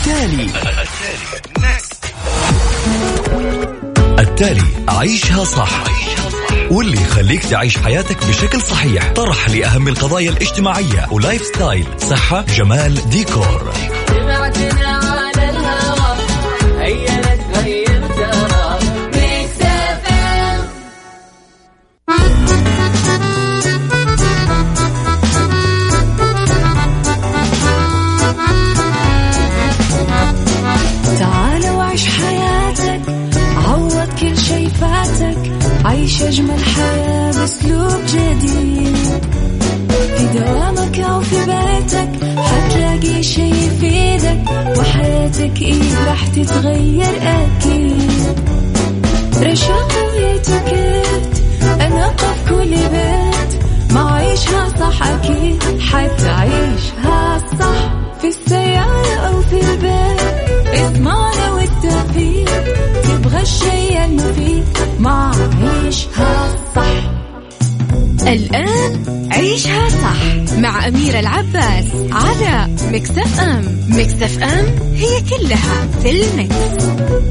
التالي عيشها صح، واللي يخليك تعيش حياتك بشكل صحيح. طرح لأهم القضايا الاجتماعية ولايف ستايل، صحة، جمال، ديكور. عيش أجمل حياة بأسلوب جديد، في دوامك أو في بيتك حتلاقي شي يفيدك، وحياتك إيه راح تتغير أكيد. رشاق ويتوكيت أنا قف كل بيت، ما عيشها صح أكيد حتعيشها صح، في السيارة أو في البيت اسمعنا والتوفيق، تبغى الشيء المفيد ما عيشها صح. الآن عيشها صح مع أميرة العباس على ميكس اف ام. ميكس اف ام هي كلها في الميكس.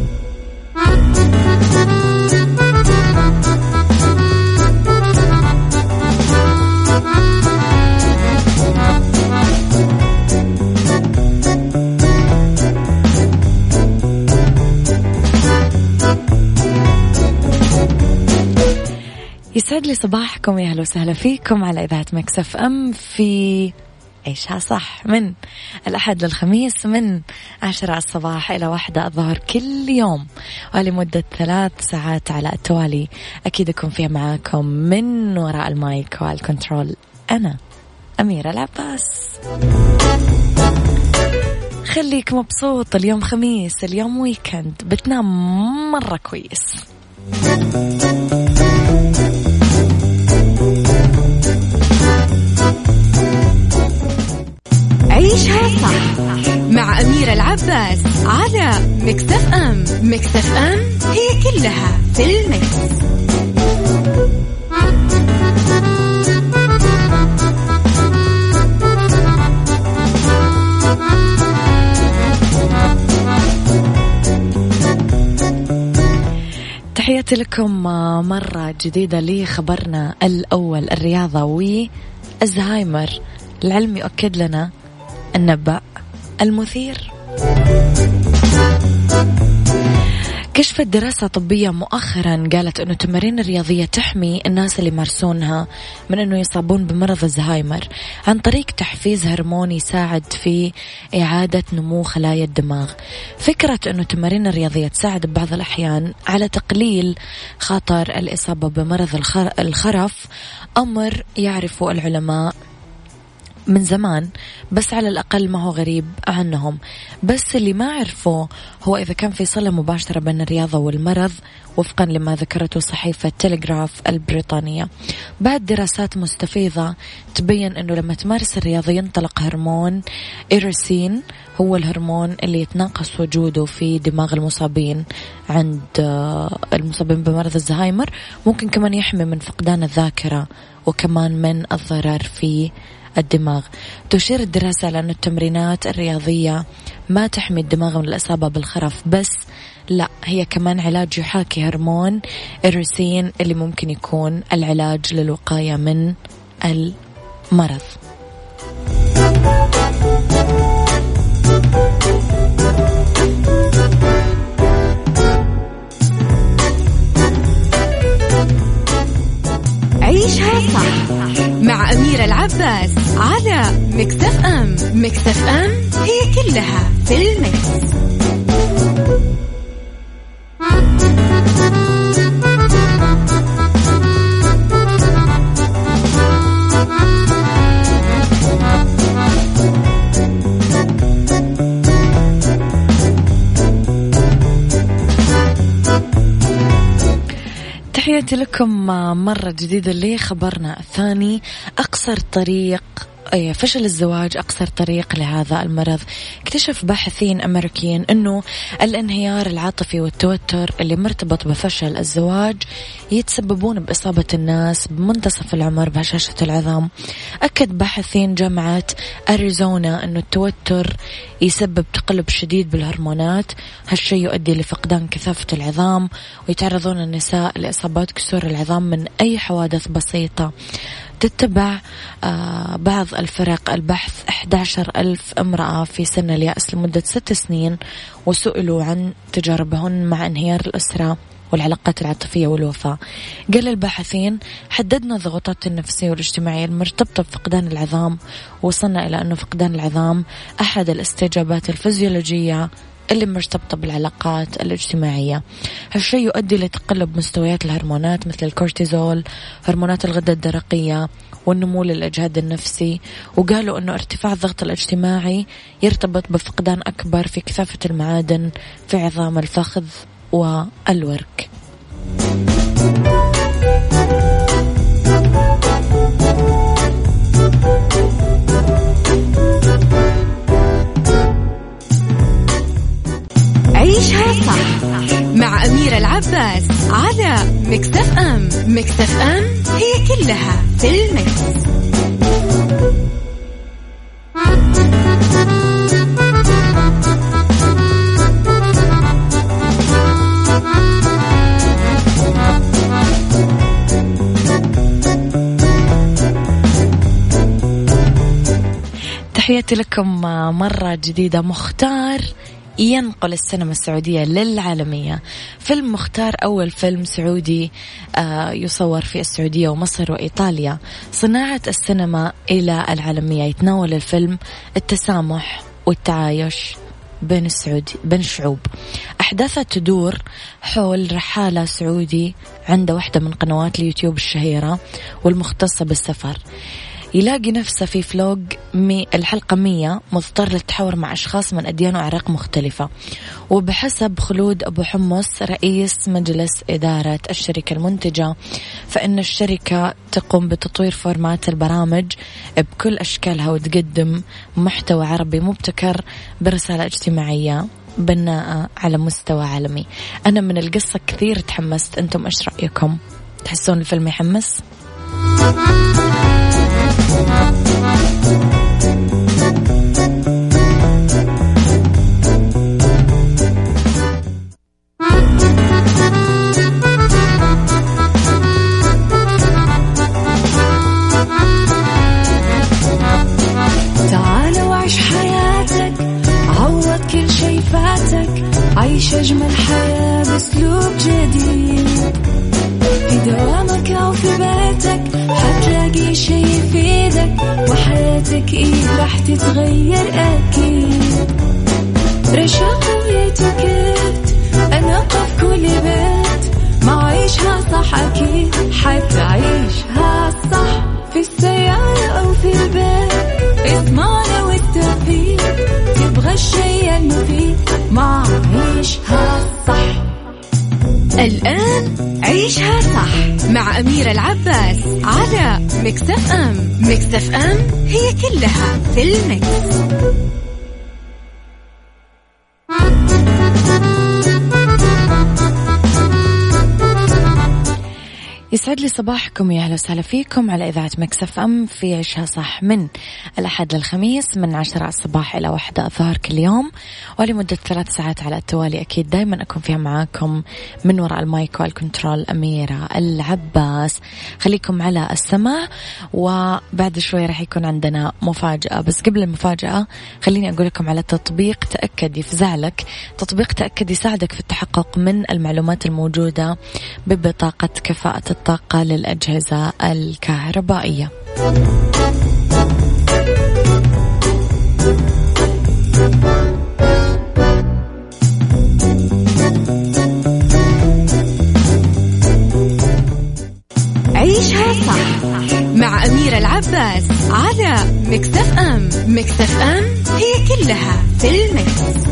يسعد لي صباحكم، يا أهلا وسهلا فيكم على إذاعة ميكس اف ام في عيشها صح، من الأحد للخميس من 10 الصباح إلى 1 الظهر كل يوم، ولمدة 3 ساعات على التوالي. أكيد أكون فيها معاكم من وراء المايك والكنترول أنا أميرة العباس. خليك مبسوط، اليوم خميس، اليوم ويكند، بتنام مرة كويس. عيشها صح مع أميرة العباس على ميكس اف ام. ميكس اف ام هي كلها في الميكس. تحياتي لكم مرة جديدة لخبرنا الأول، الرياضة والزهايمر. العلم يؤكد لنا النبأ المثير. كشفت دراسة طبية مؤخرا قالت أنه التمارين الرياضية تحمي الناس اللي يمارسونها من أنه يصابون بمرض الزهايمر عن طريق تحفيز هرموني يساعد في إعادة نمو خلايا الدماغ. فكرة أنه التمارين الرياضية تساعد ببعض الأحيان على تقليل خطر الإصابة بمرض الخرف أمر يعرفه العلماء من زمان، بس على الأقل ما هو غريب عنهم. بس اللي ما عرفوه هو إذا كان في صلة مباشرة بين الرياضة والمرض، وفقا لما ذكرته صحيفة تيليغراف البريطانية. بعد دراسات مستفيضة تبين أنه لما تمارس الرياضة ينطلق هرمون إيروسين، هو الهرمون اللي يتناقص وجوده في دماغ المصابين عند المصابين بمرض الزهايمر. ممكن كمان يحمي من فقدان الذاكرة وكمان من الضرر في الدماغ. تشير الدراسة على أن التمرينات الرياضية ما تحمي الدماغ من الإصابة بالخرف بس، لا، هي كمان علاج يحاكي هرمون إيروسين اللي ممكن يكون العلاج للوقاية من المرض. عيشها صح مع أميرة العباس على ميكس اف ام. ميكس اف ام هي كلها في الميكس. تحياتي لكم مرة جديدة لخبرنا الثاني. أقصر طريق فشل الزواج أقصر طريق لهذا المرض. اكتشف باحثين أمريكيين أنه الانهيار العاطفي والتوتر اللي مرتبط بفشل الزواج يتسببون بإصابة الناس بمنتصف العمر بهشاشة العظام. أكد باحثين جامعة أريزونا أنه التوتر يسبب تقلب شديد بالهرمونات، هالشيء يؤدي لفقدان كثافة العظام، ويتعرضون النساء لإصابات كسور العظام من أي حوادث بسيطة. تتبع بعض الفرق البحث 11,000 امرأة في سن اليأس لمدة 6 سنين، وسئلوا عن تجاربهن مع انهيار الأسرة والعلاقات العاطفية والوفاة. قال الباحثين: حددنا الضغوطات النفسية والاجتماعية المرتبطة بفقدان العظام، ووصلنا إلى أنه فقدان العظام أحد الاستجابات الفيزيولوجية اللي مرتبطة بالعلاقات الاجتماعية. هالشيء يؤدي لتقلب مستويات الهرمونات مثل الكورتيزول، هرمونات الغدة الدرقية، والنمو للإجهاد النفسي. وقالوا أنه ارتفاع الضغط الاجتماعي يرتبط بفقدان أكبر في كثافة المعادن في عظام الفخذ والورك. عيشها صح مع أميرة العباس على ميكس اف ام. ميكس اف ام هي كلها في الميكس. تحياتي لكم مرة جديدة. مختار ينقل السينما السعودية للعالمية. فيلم مختار أول فيلم سعودي يصور في السعودية ومصر وإيطاليا. صناعة السينما إلى العالمية. يتناول الفيلم التسامح والتعايش بين الشعوب. أحداثها تدور حول رحالة سعودي عنده واحدة من قنوات اليوتيوب الشهيرة والمختصة بالسفر. يلاقي نفسه في فلوج الحلقة 100 مضطر للتحاور مع أشخاص من أديان وأعراق مختلفة. وبحسب خلود أبو حمص رئيس مجلس إدارة الشركة المنتجة، فإن الشركة تقوم بتطوير فورمات البرامج بكل أشكالها وتقدم محتوى عربي مبتكر برسالة اجتماعية بناءة على مستوى عالمي. أنا من القصة كثير تحمست، أنتم إيش رأيكم؟ تحسون الفيلم يحمس؟ تعال وعيش حياتك، عوض كل شي فاتك، عيش أجمل حياة بأسلوب جديد. في دوامك أو في بيتك حتلاقي شي يفيدك، وحياتك راح تتغير أكيد. رشاق ويتوكيت أنا قف كل بيت، ما عيشها صح أكيد حتعيشها صح. في السيارة أو في البيت اسمعنا والتوفيق، تبغى الشي المفيد ما عيشها صح. الآن عيشها صح مع أميرة العباس على ميكس اف ام. ميكس اف ام هي كلها في الميكس. يسعد لي صباحكم، يا أهلا وسهلا فيكم على إذاعة ميكس اف ام في عيشها صح، من الأحد للخميس من 10 الصباح إلى 1 الظهر كل يوم، ولمدة 3 ساعات على التوالي. أكيد دايما أكون فيها معاكم من وراء المايك والكنترول أميرة العباس. خليكم على السماع، وبعد شوي راح يكون عندنا مفاجأة. بس قبل المفاجأة خليني أقول لكم على تطبيق تأكد يفزع لك. تطبيق تأكد يساعدك في التحقق من المعلومات الموجودة ببطاقة كفاءة الطاقة للأجهزة الكهربائية. عيشها صح مع أميرة العباس على ميكس اف ام. ميكس اف ام هي كلها في الميكس.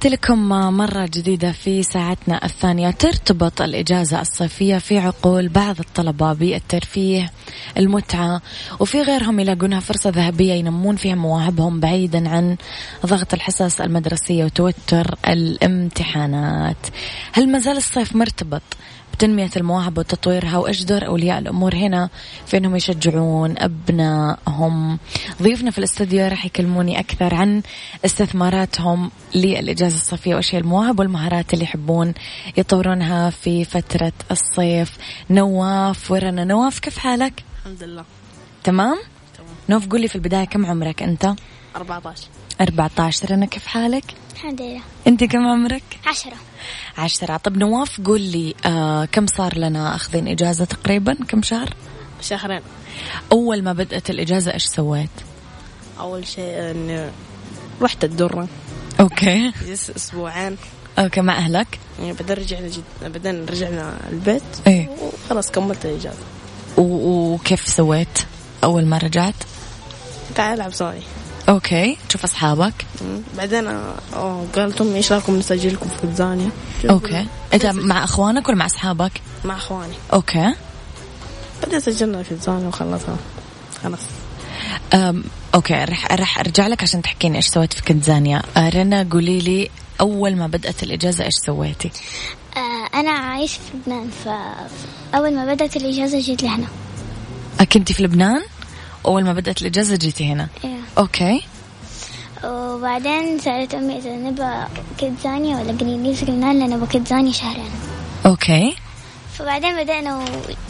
تحياتي لكم مرة جديدة في ساعتنا الثانية. ترتبط الإجازة الصيفية في عقول بعض الطلبة بالترفيه، المتعة، وفي غيرهم يلاقونها فرصة ذهبية ينمون فيها مواهبهم بعيدا عن ضغط الحصص المدرسية وتوتر الامتحانات. هل ما زال الصيف مرتبط بتنمية المواهب وتطويرها؟ وإيش دور أولياء الأمور هنا في أنهم يشجعون أبنائهم؟ ضيوفنا في الاستوديو راح يكلموني أكثر عن استثماراتهم للإجازة الصيفية وإيش هي المواهب والمهارات اللي يحبون يطورونها في فترة الصيف. نواف ورنا. نواف كيف حالك؟ الحمد لله تمام. نواف قولي في البداية كم عمرك أنت؟ 14. رنا كيف حالك؟ الحمد لله. أنت كم عمرك؟ 10. طب نواف قول لي كم صار لنا أخذين إجازة تقريبا؟ كم شهر؟ 2 شهر. أول ما بدأت الإجازة إيش سويت؟ أول شيء إني رحت الدرة. أوكي. أسبوعين. أوكي مع أهلك؟ يعني بعدين رجعنا البيت. إيه. وخلاص كملت الإجازة. وكيف سويت أول ما رجعت؟ تعال ألعب سوني. أوكي. تشوف أصحابك؟ بعدين قالت أمي إيش رأيكم نسجلكم في كتزانيا. أوكي. أنت مع أخوانك ولا مع أصحابك؟ مع أخواني. أوكي. بعدين سجلنا في كتزانيا وخلصها. خلاص. أوكي. رح أرجع لك عشان تحكيني إيش سويت في كنزانيا. رنا قولي لي أول ما بدأت الإجازة إيش سويتي؟ أنا عايش في لبنان، فأول ما بدأت الإجازة جيت لهنا. كنتي في لبنان؟ أول ما بدأت الإجازة جيتي هنا؟ إيه. أوكي. وبعدين سألت أمي إذا نبغى كتزانيا ولا قنينيس، قلنا لها نبغى كتزانيا 2 شهر. أوكي. فبعدين بدأنا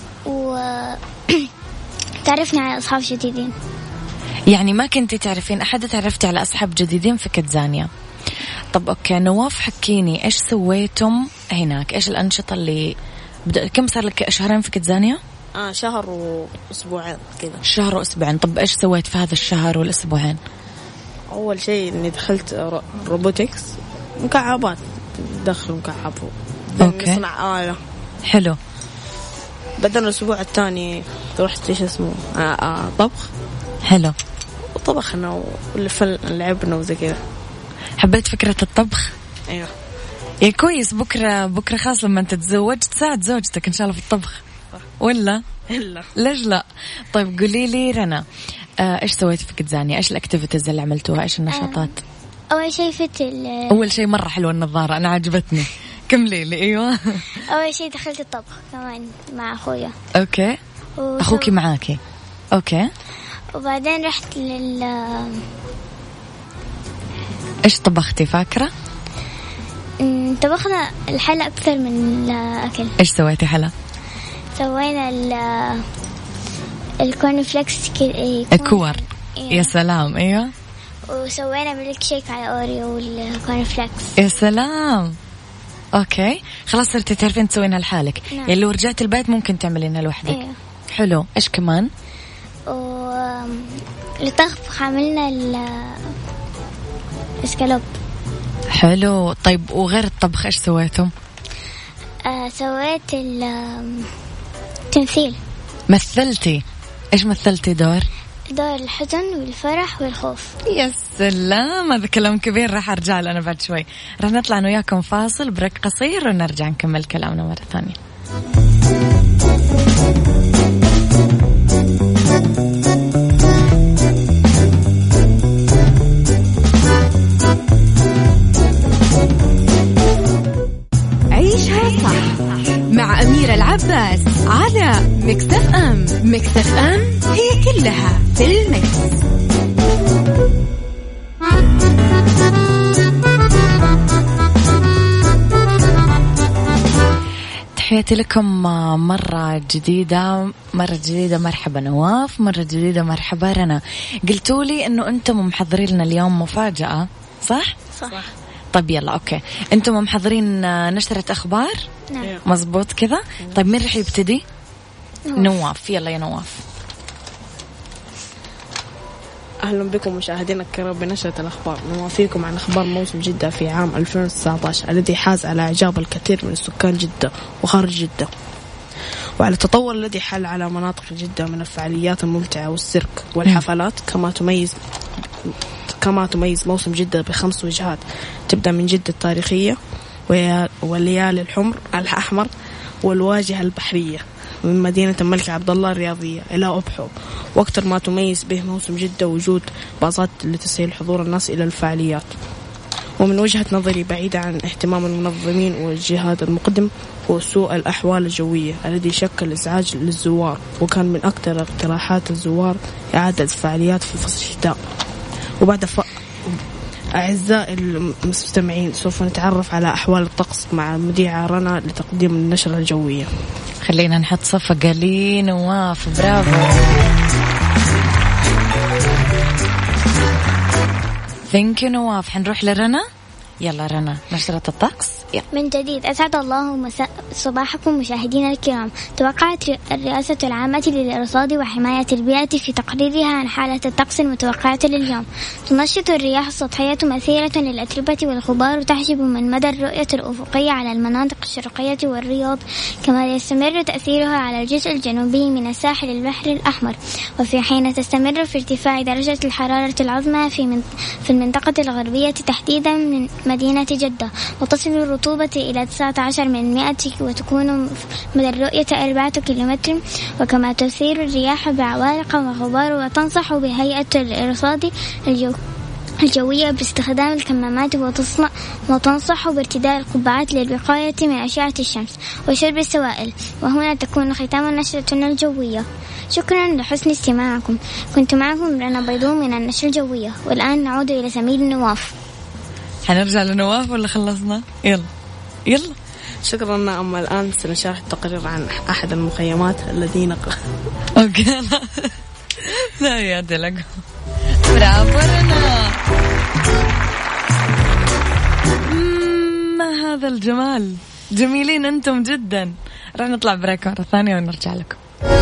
تعرفنا على أصحاب جديدين. يعني ما كنتي تعرفين أحد، تعرفتي على أصحاب جديدين في كتزانيا. طب أوكي نواف حكيني إيش سويتم هناك؟ إيش الأنشطة اللي كم صار لك 2 شهر في كتزانيا؟ 1 شهر وأسبوعين كذا. 1 شهر وأسبوعين. طب إيش سويت في هذا الشهر والأسبوعين؟ أول شيء إني دخلت روبوتكس، مكعبات، دخل مكعب. أوكي. نصنع آلة. حلو. بعدين الأسبوع الثاني رحت إيش اسمه طبخ. حلو. وطبخنا لعبنا وزي كذا. حبيت فكرة الطبخ؟ أيوه. يا كويس. بكرة خاص لما تتزوج تساعد زوجتك إن شاء الله في الطبخ. ولا؟ إلا. ليش لا؟ طيب قولي لي رنا إيش سويت في كتزانيا؟ إيش الأكتيفيتيز اللي عملتوها؟ إيش النشاطات؟ أول شيء أول شيء مرة حلوة النظارة، أنا عجبتني. كملي لي. أيوة. أول شيء دخلت الطبخ كمان مع أخويا. أوكي. أخوكي معاكي. أوكي. وبعدين رحت إيش طبختي فاكرة؟ طبخنا الحلا أكثر من الأكل. إيش سويتي حلا؟ سوينا الكورن فليكس الكور. يا سلام. أيوة. وسوينا ميلك شيك على أوريو والكورن فليكس. يا سلام. أوكي خلاص صرتي تعرفين تسوينها لحالك. نعم. يعني لو رجعت البيت ممكن تعملينها لوحدك. إيه. حلو. إيش كمان؟ للطبخ عملنا الاسكالوب. حلو. طيب وغير الطبخ إيش سويتم؟ سويت التمثيل. مثلتي؟ إيش مثلتي دور الحزن والفرح والخوف. يا سلام، هذا كلام كبير. راح أرجع له أنا بعد شوي. راح نطلع أنا وياكم فاصل بريك قصير ونرجع نكمل كلامنا مرة ثانية. عيشها صح مع أميرة العباس على ميكس اف ام. ميكس اف ام هي كلها في الميكس. تحياتي لكم مرة جديدة. مرحبا نواف. مرة جديدة مرحبا رنا. قلتولي انه انتم محضرين لنا اليوم مفاجأة صح؟ صح. طيب يلا اوكي. انتم محضرين نشرة اخبار؟ نعم. مزبوط كذا. طيب مين رح يبتدي؟ نواف. يلا يا نواف. أهلا بكم مشاهدينا الكرام بنشرة الأخبار. نوافيكم عن أخبار موسم جدة في عام 2019 الذي حاز على إعجاب الكثير من السكان جدة وخارج جدة، وعلى التطور الذي حل على مناطق جدة من الفعاليات الممتعة والسيرك والحفلات، كما تميز موسم جدة ب5 وجهات، تبدأ من جدة التاريخية والليالي الأحمر والواجهة البحرية من مدينة الملك عبد الله الرياضية إلى أبحو. وأكثر ما تميز به موسم جدة وجود باصات لتسهيل حضور الناس إلى الفعاليات. ومن وجهة نظري بعيدة عن اهتمام المنظمين والجهات المقدم هو سوء الأحوال الجوية الذي شكل إزعاج للزوار، وكان من أكثر اقتراحات الزوار إعادة الفعاليات في فصل الشتاء. وبعد أعزائي المستمعين سوف نتعرف على أحوال الطقس مع مذيعة رنا لتقديم النشرة الجوية. خلينا نحط صفقة لي نواف. برافو. ثانك يو نواف. حنروح لرنا. يلا رنا نشرة الطقس. من جديد أسعد الله صباحكم مشاهدينا الكرام. توقعت الرئاسة العامة للأرصاد وحماية البيئة في تقريرها عن حالة الطقس المتوقعة لليوم. تنشط الرياح السطحية مثيرة للأتربة والغبار وتحجب من مدى الرؤية الأفقية على المناطق الشرقية والرياض، كما يستمر تأثيرها على الجزء الجنوبي من الساحل البحر الأحمر. وفي حين تستمر في ارتفاع درجة الحرارة العظمى في المنطقة الغربية تحديدا من مدينة جدة، وتصل الرطوبة إلى 19%، وتكون مدى الرؤية 4 كيلومتر. وكما تثير الرياح بعوالق وغبار، وتنصح بهيئة الإرصاد الجوية باستخدام الكمامات، وتنصح بارتداء القبعات للوقاية من أشعة الشمس وشرب السوائل. وهنا تكون ختام نشرتنا الجوية. شكرا لحسن استماعكم. كنت معكم رنا بيضون من النشرة الجوية. والآن نعود إلى سمير النواف. حنرجع لنواف ولا خلصنا؟ يلا. شكرا. أما الآن سنشاهد تقرير عن أحد المخيمات الذين أوكي. لا يعدلك. برافو رنا. ما هذا الجمال. جميلين أنتم جدا. راح نطلع بريك مرة ثانية ونرجع لكم.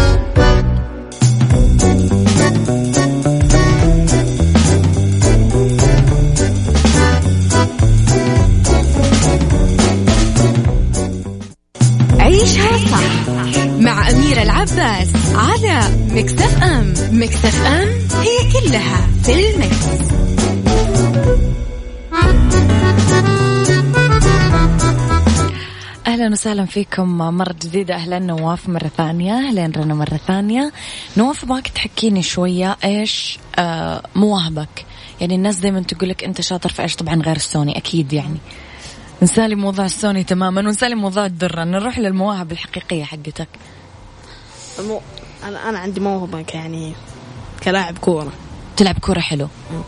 عيشها صح مع أميرة العباس على ميكس اف ام. ميكس اف ام هي كلها في الميكس. أهلا وسهلا فيكم مرة جديدة. أهلا نواف مرة ثانية. أهلا رنا مرة ثانية. نواف باك تحكيني شوية إيش مواهبك؟ يعني الناس دايما تقولك أنت شاطر في إيش؟ طبعا غير السوني أكيد، يعني نسالي موضوع السوني تماما ونسالي موضوع الدرة، نروح للمواهب الحقيقية حقتك. أنا عندي موهبة يعني كلاعب كورة. تلعب كورة حلو.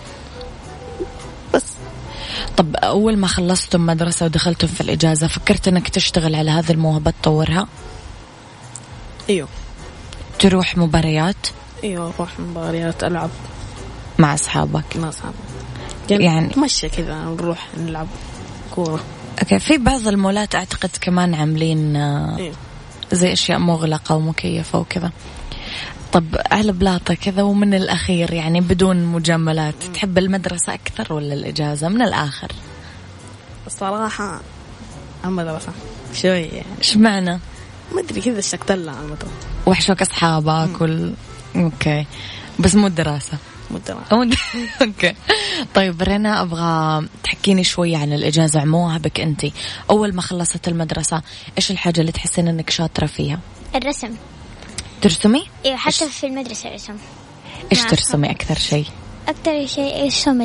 بس طب أول ما خلصتم مدرسة ودخلتم في الإجازة فكرت أنك تشتغل على هذه الموهبة تطورها؟ أيوه. تروح مباريات؟ أيوه أروح مباريات، ألعب مع أصحابك؟ مع أصحابي يعني مشي كذا نروح نلعب كورة. أوكي. في بعض المولات أعتقد كمان عاملين أيوه. زي أشياء مغلقة ومكيفة وكذا. طب على بلاطة كذا ومن الأخير يعني بدون مجاملات، تحب المدرسة أكثر ولا الإجازة من الآخر؟ الصراحة المدرسة شوية يعني. إيش معنى؟ ما أدري كذا اشتقت لها المدرسة. وحشوك أصحابك أوكي، بس مو الدراسة. أوكي. طيب رنا أبغى تحكيني شوية عن الإجازة عموها بك أنت. أول ما خلصت المدرسة إيش الحاجة اللي تحسين أنك شاطرة فيها؟ الرسم. ترسمي؟ إيه حتى في المدرسة رسم. إيش ترسمي أكثر شيء؟ أكثر شيء ارسم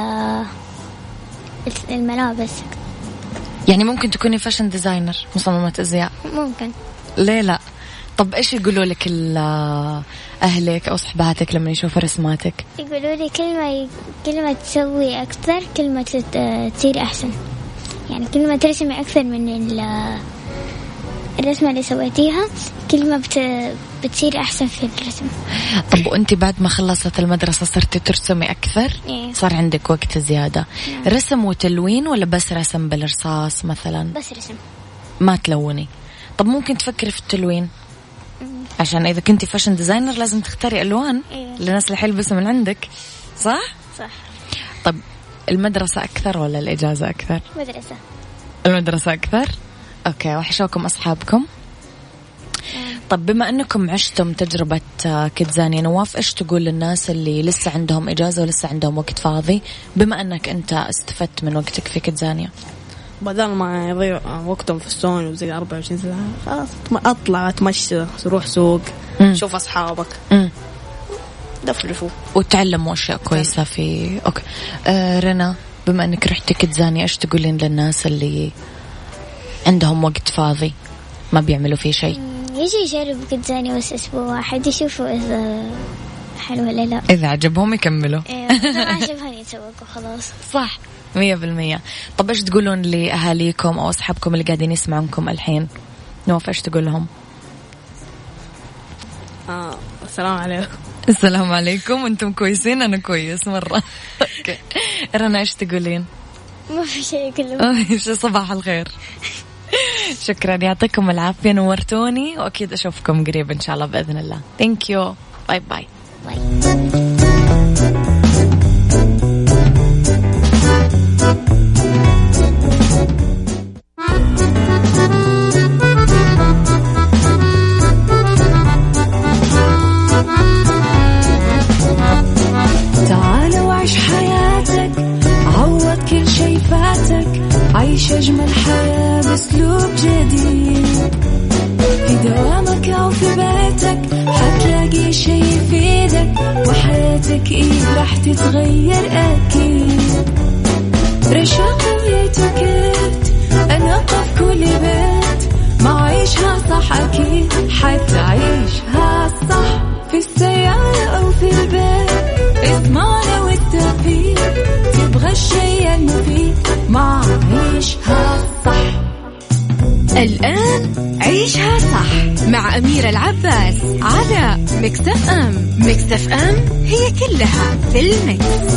الملابس. يعني ممكن تكوني فاشن ديزاينر، مصممة أزياء؟ ممكن. ليه لا؟ طب إيش يقولوا لك أهلك أو صحباتك لما يشوفوا رسماتك؟ يقولوا لي كلمة تسوي أكثر، كلمة تصير أحسن. يعني كلمة ترسمي أكثر من الرسمة اللي سويتيها، كلمة بتصير أحسن في الرسم. طب وأنت بعد ما خلصت المدرسة صرتي ترسمي أكثر؟ إيه؟ صار عندك وقت زيادة. رسم وتلوين ولا بس رسم بالرصاص مثلا؟ بس رسم. ما تلوني؟ طب ممكن تفكري في التلوين؟ عشان إذا كنتي فاشن ديزاينر لازم تختاري ألوان للناس اللي حيلبسوا من عندك، صح؟ صح. طب المدرسة أكثر ولا الإجازة أكثر؟ مدرسة. المدرسة أكثر؟ أوكي. وحشوكم أصحابكم؟ طب بما أنكم عشتم تجربة كيدزانيا، نواف إيش تقول للناس اللي لسه عندهم إجازة ولسه عندهم وقت فاضي، بما أنك أنت استفدت من وقتك في كيدزانيا؟ بدل ما يضيع وقتهم في السون وزي 24 ساعة، خلاص أطلع أتمشى، روح سوق، شوف أصحابك، دفرفوا وتعلموا أشياء كويسة في أوكي. رنا، بما أنك رحت كيدزانيا، إيش تقولين للناس اللي عندهم وقت فاضي ما بيعملوا فيه شيء؟ يجي يجربوا كيدزانيا بس أسبوع واحد، يشوفوا إذا حلو ولا لا، إذا عجبهم يكملوا، إذا ما عجبهم يتسوقوا خلاص. صح 100%. طب إيش تقولون لأهاليكم أو أصحابكم اللي قاعدين يسمعونكم الحين؟ نواف إيش تقول لهم؟ السلام عليكم. السلام عليكم، أنتم كويسين؟ أنا كويس مرة. أوكي. رنا إيش تقولين؟ ما في شيء كله. صباح الخير. شكرا، يعطيكم العافية، نورتوني، وأكيد أشوفكم قريب إن شاء الله بإذن الله. Thank you. باي باي. تعال وعيش حياتك، عوض كل شي فاتك، عيش أجمل حياة بأسلوب جديد. في دوامك أو في بيتك حتلاقي شي يفيدك، وحياتك إيه راح تتغير أكيد. رشاق ويتوكيت أنا قف كل بيت، ما عيشها صح أكيد حتعيشها صح، في السيارة أو في البيت اسمعنا والتوفيق، تبغى الشيء المفيد ما عيشها صح. الآن عيشها صح مع أميرة العباس على ميكس اف ام. ميكس اف ام هي كلها في الميكس.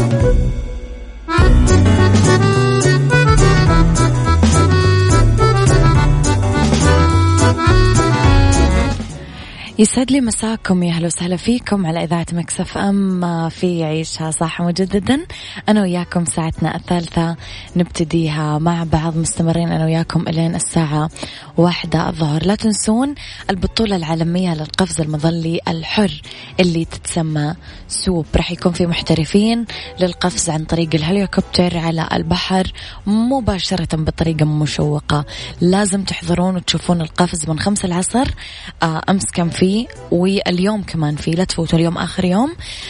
يسعد لي مساكم، يا أهلا وسهلا فيكم على إذاعة ميكس اف ام في عيشها صح. مجددا أنا وياكم ساعتنا الثالثة نبتديها مع بعض، مستمرين أنا وياكم إلين الساعة 1 الظهر. لا تنسون البطولة العالمية للقفز المظلي الحر اللي تتسمى سوب، راح يكون في محترفين للقفز عن طريق الهليكوبتر على البحر مباشرة بطريقة مشوقة. لازم تحضرون وتشوفون القفز من 5 العصر. أمس كان في واليوم كمان في، لا تفوتوا اليوم آخر يوم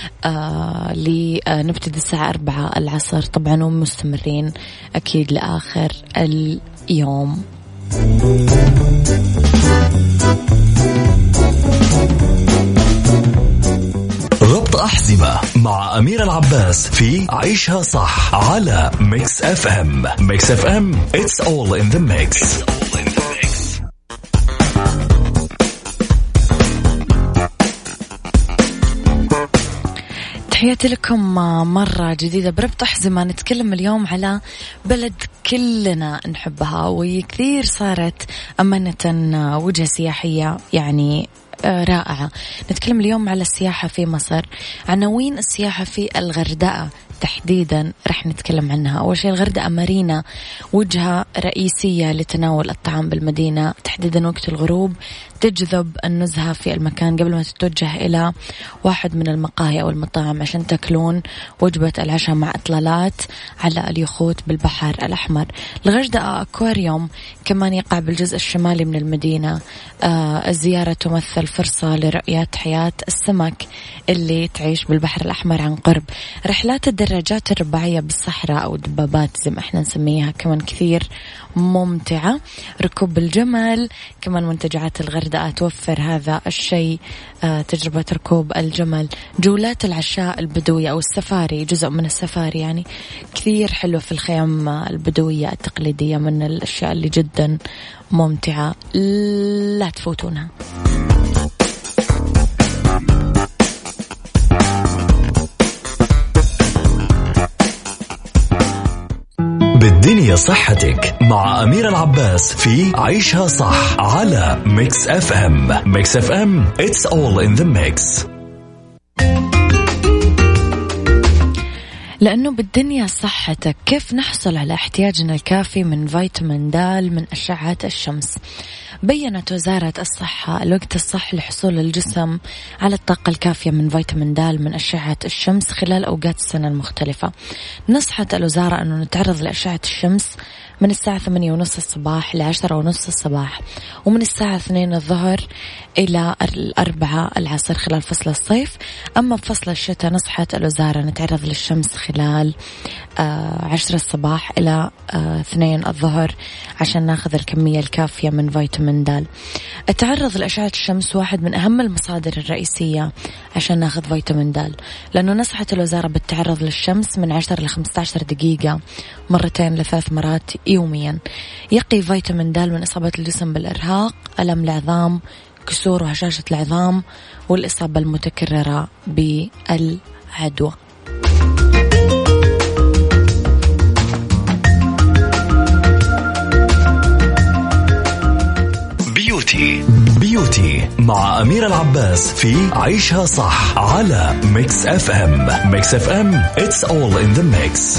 نبتدي الساعة 4 العصر طبعا، ومستمرين أكيد لآخر اليوم. ربط أحزمة مع أميرة العباس في عيشها صح على ميكس اف ام. ميكس اف ام it's all in the mix. تحياتي لكم مرة جديدة بربط أحزمة. نتكلم اليوم على بلد كلنا نحبها وكثير صارت أمانة وجهة سياحية يعني رائعة. نتكلم اليوم على السياحة في مصر. عناوين السياحة في الغردقة تحديدا رح نتكلم عنها. أول شيء الغردقة مارينا وجهة رئيسية لتناول الطعام بالمدينة، تحديدا وقت الغروب تجذب النزهة في المكان قبل ما تتوجه إلى واحد من المقاهي أو المطاعم عشان تاكلون وجبة العشاء مع إطلالات على اليخوت بالبحر الأحمر. الغردقة أكواريوم كمان يقع بالجزء الشمالي من المدينة. الزيارة تمثل فرصة لرؤية حياة السمك اللي تعيش بالبحر الأحمر عن قرب. رحلات الدراجات الرباعية بالصحراء أو دبابات زي ما احنا نسميها كمان كثير ممتعة. ركوب الجمل كمان منتجعات الغردقة توفر هذا الشيء. تجربة ركوب الجمل. جولات العشاء البدوية أو السفاري، جزء من السفاري يعني كثير حلو في الخيام البدوية التقليدية، من الأشياء اللي جدا ممتعة لا تفوتونها. بالدنيا صحتك مع أميرة العباس في عيشها صح على ميكس اف ام. ميكس اف ام it's all in the mix. لأنه بالدنيا صحتك. كيف نحصل على احتياجنا الكافي من فيتامين د من أشعة الشمس؟ بيّنت وزارة الصحة الوقت الصح لحصول الجسم على الطاقة الكافية من فيتامين د من أشعة الشمس خلال أوقات السنة المختلفة. نصحت الوزارة أنه نتعرض لأشعة الشمس من الساعة 8:30 الصباح ل 10:30 الصباح، ومن الساعة 2 الظهر إلى 4 العصر خلال فصل الصيف. أما بفصل الشتاء نصحت الوزارة نتعرض للشمس خلال 10 الصباح إلى 2 الظهر عشان ناخذ الكمية الكافية من فيتامين د. التعرض لأشعة الشمس واحد من أهم المصادر الرئيسية عشان ناخذ فيتامين د، لأنه نصحت الوزارة بالتعرض للشمس من 10 ل 15 دقيقة 2 ل 3 مرات يوميا. يقي فيتامين د من إصابة الجسم بالإرهاق، ألم العظام، كسور وهشاشة العظام، والإصابة المتكررة بالعدوى. بيوتي مع أميرة العباس في عيشها صح على ميكس اف ام. ميكس اف ام it's all in the mix.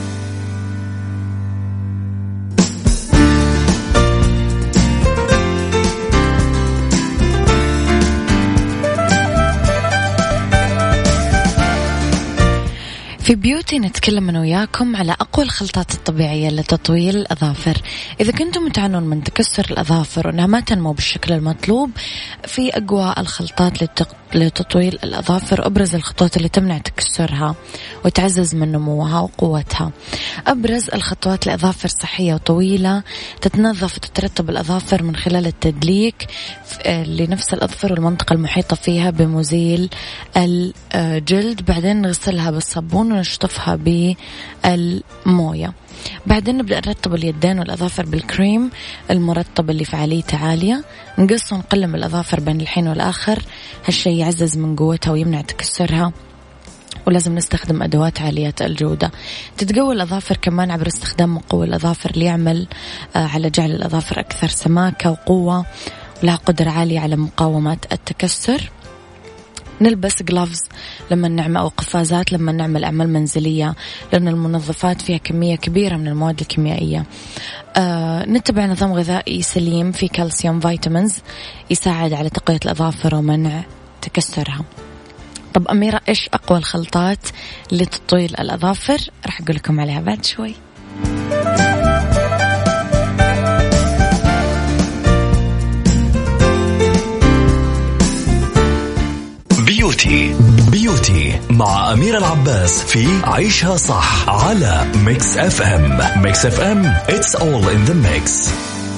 في بيوتي نتكلم أنا وياكم على أقوى الخلطات الطبيعية لتطويل الأظافر. إذا كنتم تعانون من تكسر الأظافر وأنها ما تنمو بالشكل المطلوب، في أقوى الخلطات لتطويل الأظافر. أبرز الخطوات اللي تمنع تكسرها وتعزز من نموها وقوتها. أبرز الخطوات لأظافر صحية وطويلة تتنظف وتترتب الأظافر من خلال التدليك لنفس الأظفر والمنطقة المحيطة فيها بمزيل الجلد، بعدين نغسلها بالصابون ونشطفها بالموية. بعدين نبدأ نرتب اليدين والأظافر بالكريم المرطب اللي فعاليته عالية. نقص ونقلم الأظافر بين الحين والآخر، هالشي يعزز من قوتها ويمنع تكسرها، ولازم نستخدم أدوات عالية الجودة. تتقوى الأظافر كمان عبر استخدام مقوي الأظافر اللي يعمل على جعل الأظافر أكثر سماكة وقوة ولها قدرة عالية على مقاومة التكسر. نلبس جلافز لما نعمل أو قفازات لما نعمل أعمال منزلية، لأن المنظفات فيها كمية كبيرة من المواد الكيميائية. نتبع نظام غذائي سليم فيه كالسيوم فيتامينز يساعد على تقوية الأظافر ومنع تكسرها. طب أميرة، إيش أقوى الخلطات لتطويل الأظافر؟ رح أقول لكم عليها بعد شوي. بيوتي مع أميرة العباس في عيشها صح على ميكس اف ام. ميكس اف ام it's all in the mix.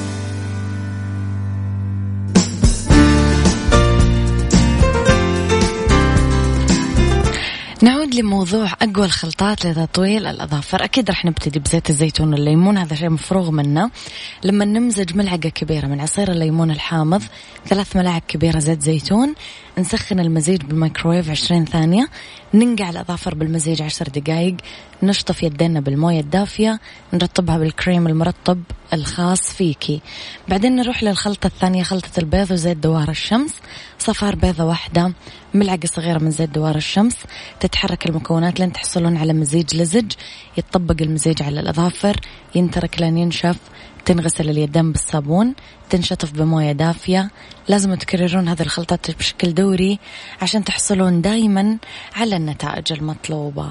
نعود لموضوع أقوى الخلطات لتطويل الأظافر. أكيد رح نبتدي بزيت الزيتون والليمون، هذا شيء مفروغ منه. لما نمزج ملعقة كبيرة من عصير الليمون الحامض 3 ملاعق كبيرة زيت زيتون، نسخن المزيج بالميكروويف 20 ثانية، ننقع الأظافر بالمزيج 10 دقائق، نشطف يدينا بالموية الدافية، نرطبها بالكريم المرطب الخاص فيكي. بعدين نروح للخلطة الثانية، خلطة البيض وزيت دوار الشمس. صفار بيضة واحدة، ملعقة صغيرة من زيت دوار الشمس. تتحرك المكونات لين تحصلون على مزيج لزج، يتطبق المزيج على الأظافر، ينترك لين ينشف، تنغسل اليدين بالصابون، تنشطف بموية دافية. لازم تكررون هذه الخلطات بشكل دوري عشان تحصلون دايما على النتائج المطلوبة.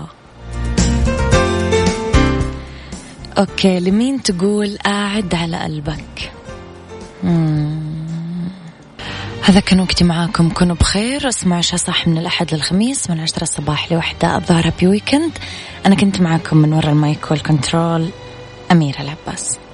أوكي، لمين تقول قاعد على قلبك؟ هذا كان وقتي معاكم، كونوا بخير. اسمعوا عيشها صح من الأحد للخميس من 10 الصباح ل1 الظهر. هابي ويكند. أنا كنت معاكم من وراء المايك والكنترول أميرة العباس.